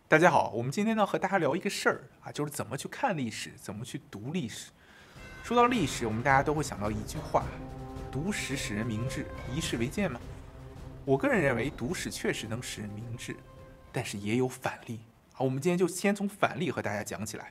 大家好，我们今天呢和大家聊一个事儿啊，就是怎么去看历史，怎么去读历史。说到历史，我们大家都会想到一句话：读史使人明智，以史为鉴嘛。我个人认为，读史确实能使人明智，但是也有反例啊。我们今天就先从反例和大家讲起来。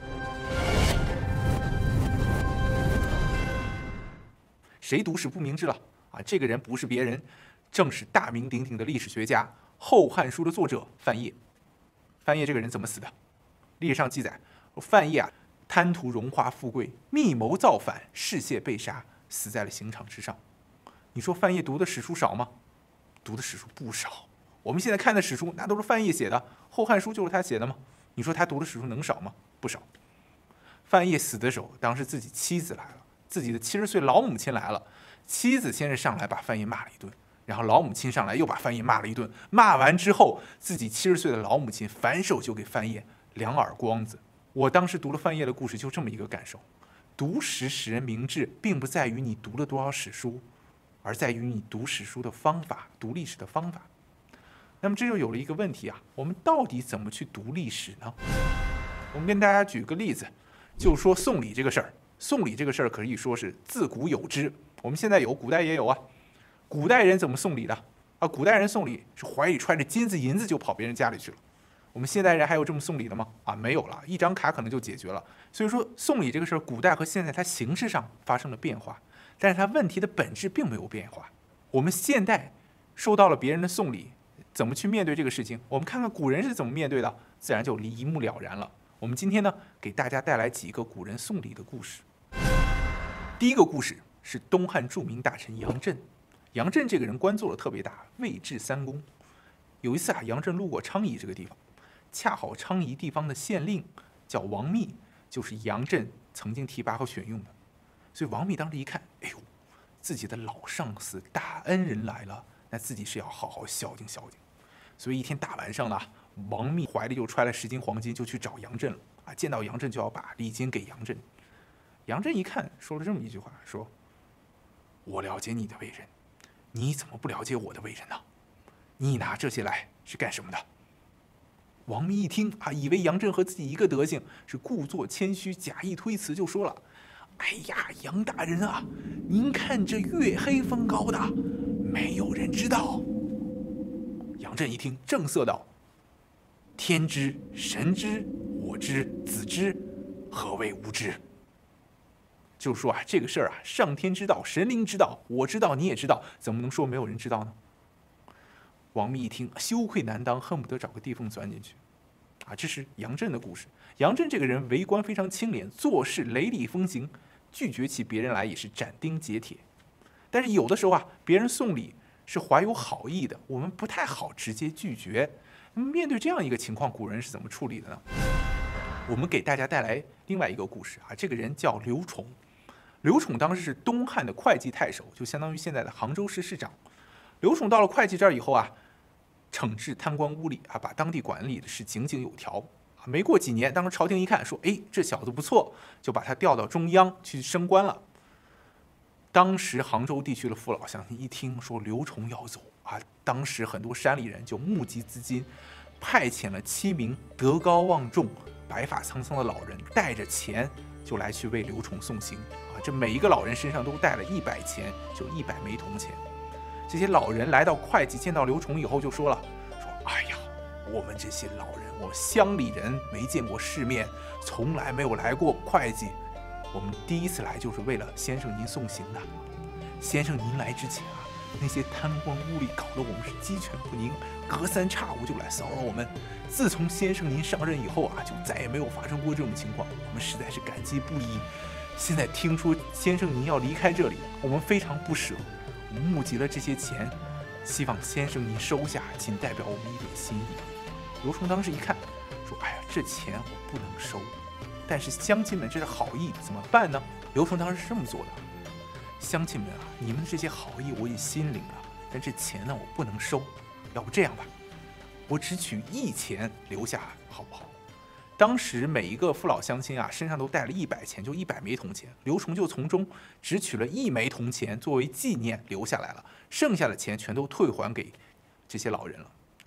谁读史不明智了啊？这个人不是别人，正是大名鼎鼎的历史学家《后汉书》的作者范晔。范晔这个人怎么死的？历史上记载，范晔贪图荣华富贵，密谋造反，誓谢被杀，死在了刑场之上。你说范晔读的史书少吗？读的史书不少。我们现在看的史书，那都是范晔写的，《后汉书》就是他写的吗？你说他读的史书能少吗？不少。范晔死的时候，当时自己妻子来了，自己的70岁老母亲来了，妻子先是上来把范晔骂了一顿。然后老母亲上来又把范晔骂了一顿，骂完之后，自己70岁的老母亲反手就给范晔2耳光子。我当时读了范晔的故事，就这么一个感受：读史使人明智，并不在于你读了多少史书，而在于你读史书的方法，读历史的方法。那么这就有了一个问题啊，我们到底怎么去读历史呢？我们跟大家举个例子，就说送礼这个事儿。送礼这个事儿可以说是自古有之，我们现在有，古代也有啊。古代人怎么送礼的啊？古代人送礼是怀里揣着金子银子就跑别人家里去了。我们现代人还有这么送礼的吗？啊，没有了，一张卡可能就解决了。所以说送礼这个事儿，古代和现在它形式上发生了变化，但是它问题的本质并没有变化。我们现代收到了别人的送礼，怎么去面对这个事情？我们看看古人是怎么面对的，自然就一目了然了。我们今天呢，给大家带来几个古人送礼的故事。第一个故事是东汉著名大臣杨震。杨震这个人官做的特别大，位至3公。有一次啊，杨震路过昌邑这个地方，恰好昌邑地方的县令叫王密，就是杨震曾经提拔和选用的。所以王密当时一看，哎呦，自己的老上司、大恩人来了，那自己是要好好孝敬孝敬。所以一天大晚上呢，王密怀里就揣了10斤黄金，就去找杨震了啊。见到杨震就要把礼金给杨震。杨震一看，说了这么一句话，说：“我了解你的为人。你怎么不了解我的为人呢？你拿这些来是干什么的？”王密一听啊，以为杨震和自己一个德行，是故作谦虚，假意推辞，就说了：“哎呀，杨大人啊，您看这月黑风高的，没有人知道。”杨震一听，正色道：“天知，神知，我知，子知，何谓无知？”就是说啊，这个事儿啊，上天知道，神灵知道，我知道，你也知道，怎么能说没有人知道呢？王密一听，羞愧难当，恨不得找个地缝钻进去。啊，这是杨震的故事。杨震这个人为官非常清廉，做事雷厉风行，拒绝起别人来也是斩钉截铁。但是有的时候啊，别人送礼是怀有好意的，我们不太好直接拒绝。那么面对这样一个情况，古人是怎么处理的呢？我们给大家带来另外一个故事啊，这个人叫刘崇。刘崇当时是东汉的会稽太守，就相当于现在的杭州市市长。刘崇到了会稽这儿以后啊，惩治贪官污吏啊，把当地管理的是井井有条啊。没过几年，当时朝廷一看，说：“哎，这小子不错，就把他调到中央去升官了。”当时杭州地区的父老乡亲一听说刘崇要走啊，当时很多山里人就募集资金，派遣了7名德高望重、白发苍苍的老人，带着钱就来去为刘崇送行啊！这每一个老人身上都带了100钱，就100枚铜钱。这些老人来到会稽，见到刘崇以后就说了：“说哎呀，我们这些老人，我乡里人没见过世面，从来没有来过会稽，我们第一次来就是为了先生您送行的。先生您来之前啊，那些贪官污吏搞得我们是鸡犬不宁，隔三差五就来骚扰我们。自从先生您上任以后啊，就再也没有发生过这种情况，我们实在是感激不已。现在听说先生您要离开这里，我们非常不舍，我们募集了这些钱，希望先生您收下，仅代表我们一点心意。”刘崇当时一看，说：“哎呀，这钱我不能收，但是乡亲们这是好意，怎么办呢？”刘崇当时是这么做的：“乡亲们啊，你们的这些好意我也心领了，但这钱呢我不能收，要不这样吧，我只取1钱留下，好不好？”当时每一个父老乡亲啊，身上都带了100钱，就100枚铜钱。刘崇就从中只取了1枚铜钱作为纪念留下来了，剩下的钱全都退还给这些老人了。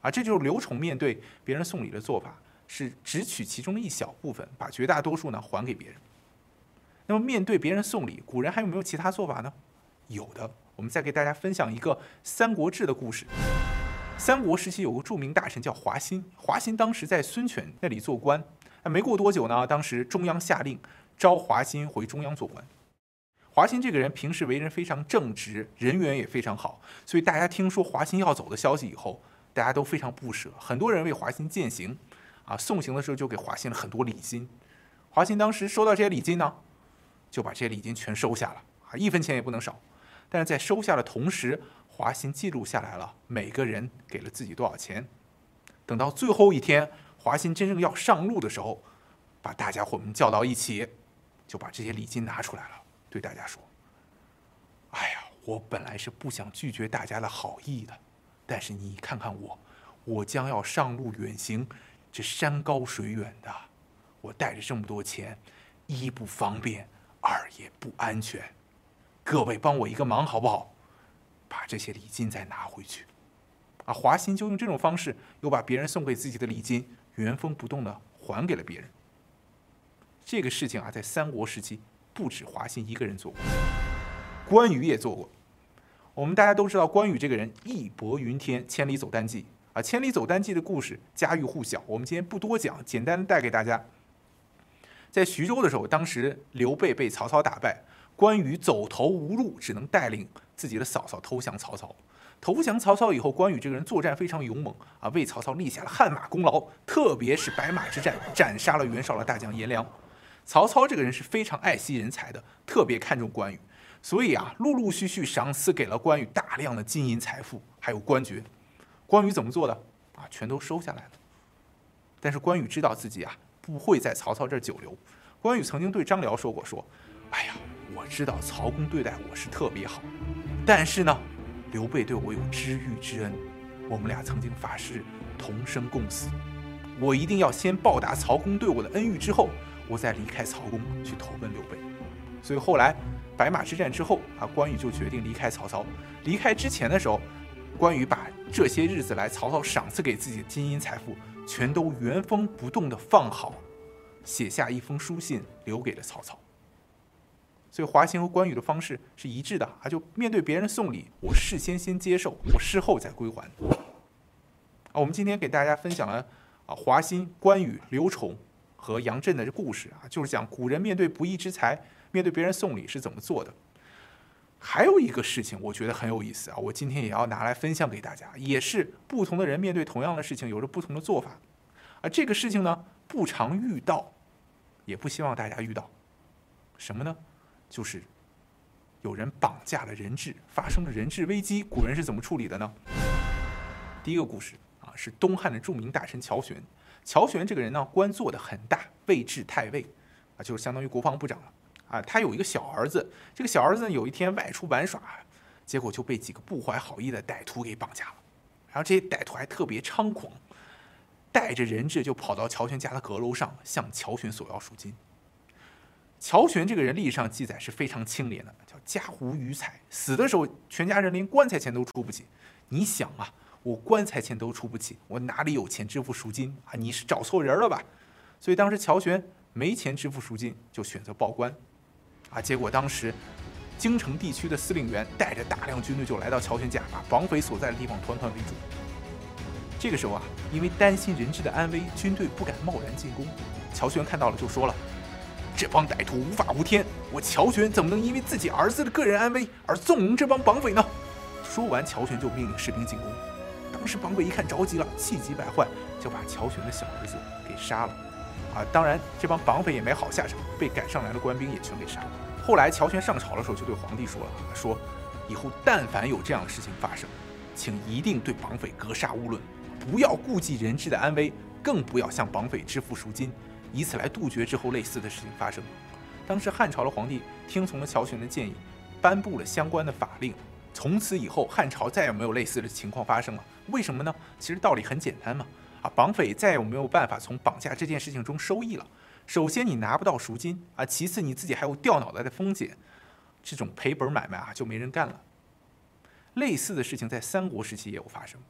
这就是刘宠面对别人送礼的做法，是只取其中的一小部分，把绝大多数呢还给别人。那么面对别人送礼，古人还有没有其他做法呢？有的，我们再给大家分享一个《三国志》的故事。三国时期有个著名大臣叫华歆，华歆当时在孙权那里做官，没过多久呢，当时中央下令召华歆回中央做官。华歆这个人平时为人非常正直，人缘也非常好，所以大家听说华歆要走的消息以后，大家都非常不舍，很多人为华歆饯行，送行的时候就给华歆了很多礼金。华歆当时收到这些礼金呢，就把这些礼金全收下了，一分钱也不能少。但是在收下的同时，华歆记录下来了每个人给了自己多少钱。等到最后一天，华歆真正要上路的时候，把大家伙们叫到一起，就把这些礼金拿出来了，对大家说：“哎呀，我本来是不想拒绝大家的好意的，但是你看看我将要上路远行，这山高水远的，我带着这么多钱，一不方便，二也不安全。各位帮我一个忙好不好？把这些礼金再拿回去。”华歆就用这种方式，又把别人送给自己的礼金原封不动的还给了别人。这个事情在三国时期不止华歆一个人做过，关羽也做过。我们大家都知道关羽这个人义薄云天，千里走单骑千里走单骑的故事家喻户晓，我们今天不多讲，简单的带给大家。在徐州的时候，当时刘备被曹操打败，关羽走投无路，只能带领自己的嫂嫂投降曹操。投降曹操以后，关羽这个人作战非常勇猛为曹操立下了汗马功劳，特别是白马之战，斩杀了袁绍的大将颜良。曹操这个人是非常爱惜人才的，特别看重关羽，所以陆陆续续赏赐给了关羽大量的金银财富，还有官爵。关羽怎么做的全都收下来了。但是关羽知道自己不会在曹操这儿久留。关羽曾经对张辽说过，哎呀，我知道曹公对待我是特别好，但是呢，刘备对我有知遇之恩，我们俩曾经发誓同生共死，我一定要先报答曹公对我的恩遇，之后我再离开曹公去投奔刘备。所以后来白马之战之后关羽就决定离开曹操。离开之前的时候，关羽把这些日子来曹操赏赐给自己的金银财富全都原封不动的放好，写下一封书信留给了曹操。所以华歆和关羽的方式是一致的就面对别人送礼，我事先接受，我事后再归还。我们今天给大家分享了华歆、关羽、刘宠和杨震的故事就是讲古人面对不义之财，面对别人送礼是怎么做的。还有一个事情我觉得很有意思我今天也要拿来分享给大家，也是不同的人面对同样的事情有着不同的做法这个事情呢不常遇到，也不希望大家遇到。什么呢？就是有人绑架了人质，发生了人质危机，古人是怎么处理的呢？第一个故事是东汉的著名大臣乔玄。乔玄这个人呢，官做得很大，位至太尉就是相当于国防部长了他有一个小儿子，这个小儿子呢有一天外出玩耍，结果就被几个不怀好意的歹徒给绑架了。然后这些歹徒还特别猖狂，带着人质就跑到乔玄家的阁楼上，向乔玄索要赎金。乔玄这个人历史上记载是非常清廉的，叫家无余财，死的时候全家人连棺材钱都出不起。你想我棺材钱都出不起，我哪里有钱支付赎金你是找错人了吧？所以当时乔玄没钱支付赎金，就选择报官结果当时京城地区的司令员带着大量军队就来到乔玄家，把绑匪所在的地方团团围住。这个时候因为担心人质的安危，军队不敢贸然进攻。乔玄看到了就说了，这帮歹徒无法无天，我乔玄怎么能因为自己儿子的个人安危而纵容这帮绑匪呢？说完，乔玄就命令士兵进攻。当时绑匪一看着急了，气急败坏，就把乔玄的小儿子给杀了当然这帮绑匪也没好下场，被赶上来的官兵也全给杀了。后来乔玄上朝的时候就对皇帝说了，说以后但凡有这样的事情发生，请一定对绑匪格杀勿论，不要顾及人质的安危，更不要向绑匪支付赎金，以此来杜绝之后类似的事情发生。当时汉朝的皇帝听从了乔玄的建议，颁布了相关的法令，从此以后汉朝再也没有类似的情况发生了。为什么呢？其实道理很简单嘛绑匪再也没有办法从绑架这件事情中收益了。首先你拿不到赎金其次你自己还有掉脑袋的风险，这种赔本买卖就没人干了。类似的事情在三国时期也有发生。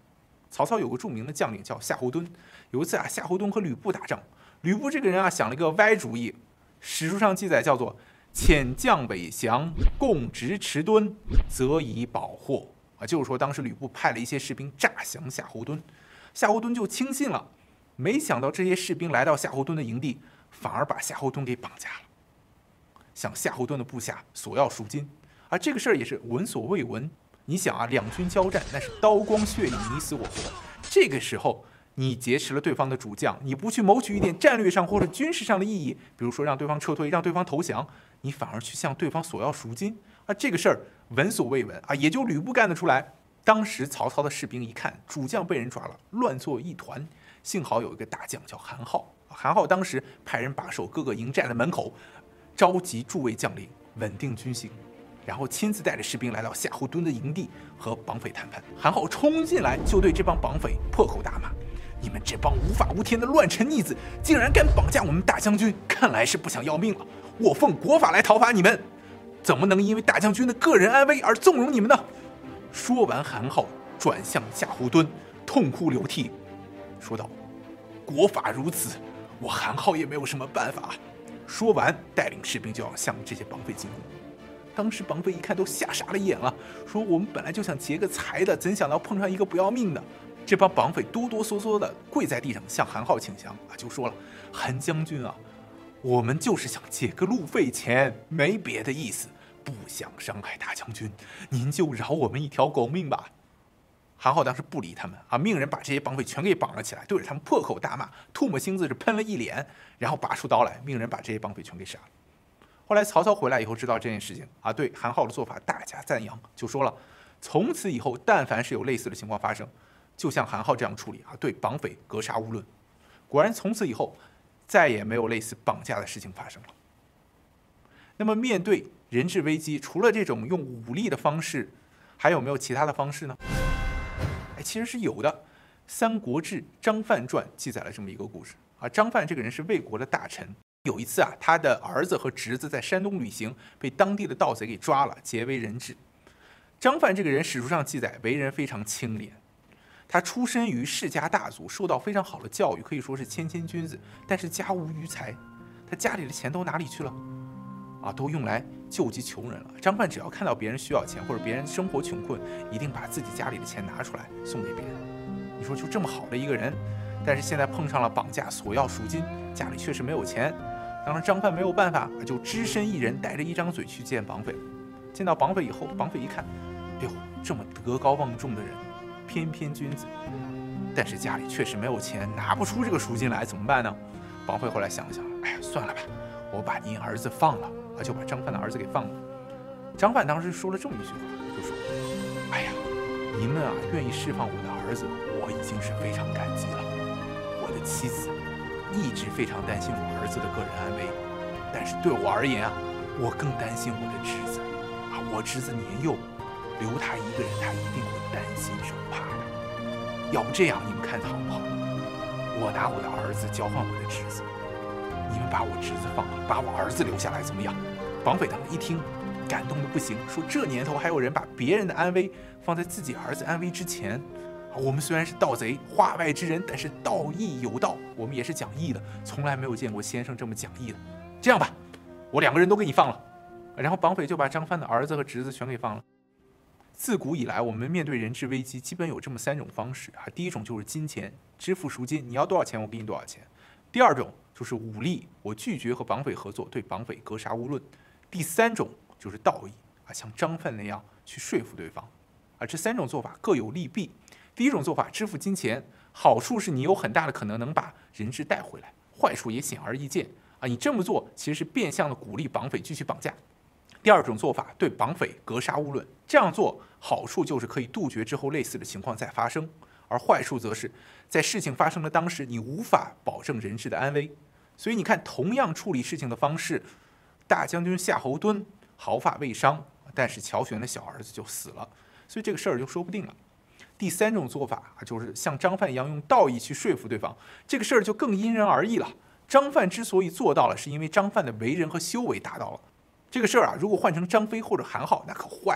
曹操有个著名的将领叫夏侯惇，有一次啊，夏侯惇和吕布打仗，吕布这个人啊想了一个歪主意，史书上记载叫做遣将韦降，共执迟敦，则以保获啊，就是说当时吕布派了一些士兵诈降夏侯惇，夏侯惇就轻信了，没想到这些士兵来到夏侯惇的营地，反而把夏侯惇给绑架了，向夏侯惇的部下索要赎金，而这个事儿也是闻所未闻。你想啊，两军交战那是刀光血影，你死我活。这个时候，你劫持了对方的主将，你不去谋取一点战略上或者军事上的意义，比如说让对方撤退，让对方投降，你反而去向对方索要赎金啊！这个事儿闻所未闻啊，也就吕布干得出来。当时曹操的士兵一看主将被人抓了，乱作一团，幸好有一个大将叫韩浩，韩浩当时派人把守各个营寨的门口，召集诸位将领，稳定军心。然后亲自带着士兵来到夏侯惇的营地和绑匪谈判。韩浩冲进来就对这帮绑匪破口大骂：“你们这帮无法无天的乱臣逆子，竟然敢绑架我们大将军！看来是不想要命了。我奉国法来讨伐你们，怎么能因为大将军的个人安危而纵容你们呢？”说完，韩浩转向夏侯惇，痛哭流涕，说道：“国法如此，我韩浩也没有什么办法。”说完，带领士兵就要向这些绑匪进攻。当时绑匪一看都吓傻了眼了，说我们本来就想劫个财的，怎想到碰上一个不要命的。这帮绑匪哆哆嗦嗦的跪在地上向韩浩请降啊，就说了：“韩将军啊，我们就是想借个路费钱，没别的意思，不想伤害大将军，您就饶我们一条狗命吧。”韩浩当时不理他们啊，命人把这些绑匪全给绑了起来，对着他们破口大骂，唾沫星子是喷了一脸，然后拔出刀来，命人把这些绑匪全给杀了。后来曹操回来以后知道这件事情啊，对韩浩的做法大加赞扬，就说了：“从此以后，但凡是有类似的情况发生，就像韩浩这样处理啊，对绑匪格杀勿论。”果然，从此以后再也没有类似绑架的事情发生了。那么，面对人质危机，除了这种用武力的方式，还有没有其他的方式呢？其实是有的。《三国志·张范传》记载了这么一个故事啊。张范这个人是魏国的大臣。有一次啊，他的儿子和侄子在山东旅行，被当地的盗贼给抓了，劫为人质。张范这个人，史书上记载为人非常清廉，他出身于世家大族，受到非常好的教育，可以说是谦谦君子。但是家无余财，他家里的钱都哪里去了？啊，都用来救济穷人了。张范只要看到别人需要钱，或者别人生活穷困，一定把自己家里的钱拿出来送给别人。你说就这么好的一个人，但是现在碰上了绑架，索要赎金，家里确实没有钱。当时张范没有办法，就只身一人带着一张嘴去见绑匪。见到绑匪以后，绑匪一看，哎呦，这么德高望重的人，翩翩君子，但是家里确实没有钱，拿不出这个赎金来，怎么办呢？绑匪后来想了想，哎呀，算了吧，我把您儿子放了，就把张范的儿子给放了。张范当时说了这么一句话，就说：“哎呀，您们啊，愿意释放我的儿子，我已经是非常感激了。我的妻子一直非常担心我儿子的个人安危，但是对我而言啊，我更担心我的侄子啊，我侄子年幼，留他一个人，他一定会担心受怕的。要不这样，你们看好不好？我拿我的儿子交换我的侄子，你们把我侄子放了，把我儿子留下来，怎么样？”绑匪他们一听，感动的不行，说这年头还有人把别人的安危放在自己儿子安危之前。我们虽然是盗贼，化外之人，但是道义有道，我们也是讲义的，从来没有见过先生这么讲义的。这样吧，我两个人都给你放了。然后绑匪就把张范的儿子和侄子全给放了。自古以来，我们面对人质危机，基本有这么3种方式啊。第一种就是金钱，支付赎金，你要多少钱，我给你多少钱。第二种就是武力，我拒绝和绑匪合作，对绑匪格杀勿论。第3种就是道义啊，像张范那样去说服对方啊。这3种做法各有利弊。第一种做法，支付金钱，好处是你有很大的可能能把人质带回来，坏处也显而易见啊。你这么做其实是变相的鼓励绑匪继续绑架。第二种做法，对绑匪格杀勿论，这样做好处就是可以杜绝之后类似的情况再发生，而坏处则是在事情发生的当时，你无法保证人质的安危。所以你看，同样处理事情的方式，大将军夏侯惇毫发未伤，但是乔玄的小儿子就死了，所以这个事儿就说不定了。第3种做法就是像张范一样用道义去说服对方，这个事儿就更因人而异了。张范之所以做到了，是因为张范的为人和修为达到了。这个事儿啊，如果换成张飞或者韩浩，那可坏了。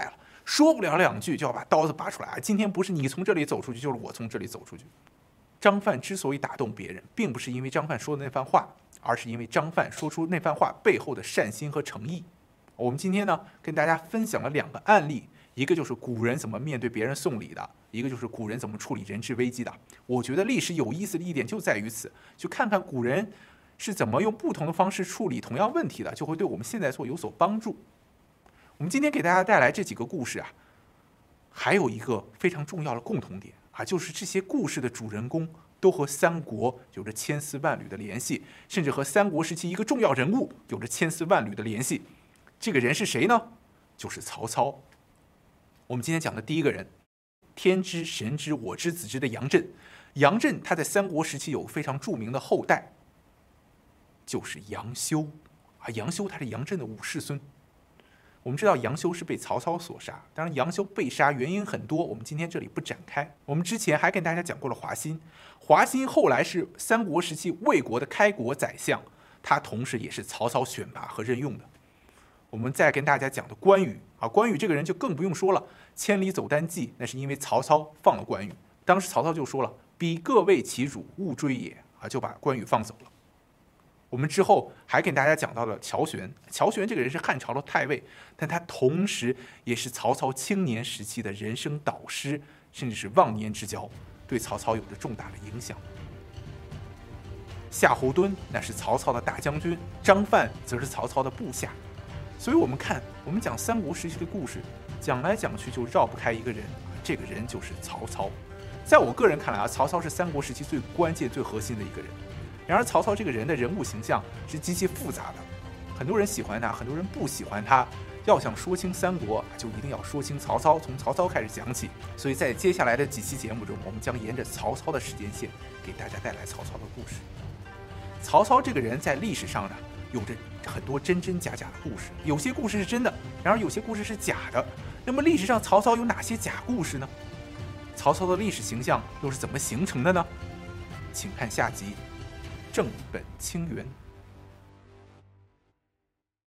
说不了两句就要把刀子拔出来啊！今天不是你从这里走出去，就是我从这里走出去。张范之所以打动别人，并不是因为张范说的那番话，而是因为张范说出那番话背后的善心和诚意。我们今天呢，跟大家分享了2个案例，一个就是古人怎么面对别人送礼的，一个就是古人怎么处理人质危机的。我觉得历史有意思的一点就在于此，就看看古人是怎么用不同的方式处理同样问题的，就会对我们现在做有所帮助。我们今天给大家带来这几个故事啊，还有一个非常重要的共同点啊，就是这些故事的主人公都和三国有着千丝万缕的联系，甚至和三国时期一个重要人物有着千丝万缕的联系。这个人是谁呢？就是曹操。我们今天讲的第一个人，天之神之我之子之的杨震。杨震他在三国时期有非常著名的后代，就是杨修啊。杨修他是杨震的五世孙。我们知道杨修是被曹操所杀，当然杨修被杀原因很多，我们今天这里不展开。我们之前还跟大家讲过了华歆，华歆后来是三国时期魏国的开国宰相，他同时也是曹操选拔和任用的。我们再跟大家讲的关羽啊，关羽这个人就更不用说了，千里走单骑，那是因为曹操放了关羽。当时曹操就说了，彼各为其主，勿追也啊，就把关羽放走了。我们之后还给大家讲到了乔玄，乔玄这个人是汉朝的太尉，但他同时也是曹操青年时期的人生导师，甚至是忘年之交，对曹操有着重大的影响。夏侯惇那是曹操的大将军，张范则是曹操的部下。所以我们看，我们讲三国时期的故事，讲来讲去就绕不开一个人，这个人就是曹操。在我个人看来啊，曹操是三国时期最关键、最核心的一个人。然而，曹操这个人的人物形象是极其复杂的，很多人喜欢他，很多人不喜欢他。要想说清三国，就一定要说清曹操，从曹操开始讲起。所以在接下来的几期节目中，我们将沿着曹操的时间线，给大家带来曹操的故事。曹操这个人在历史上呢，有着很多真真假假的故事，有些故事是真的，然而有些故事是假的。那么历史上曹操有哪些假故事呢？曹操的历史形象又是怎么形成的呢？请看下集。正本清源。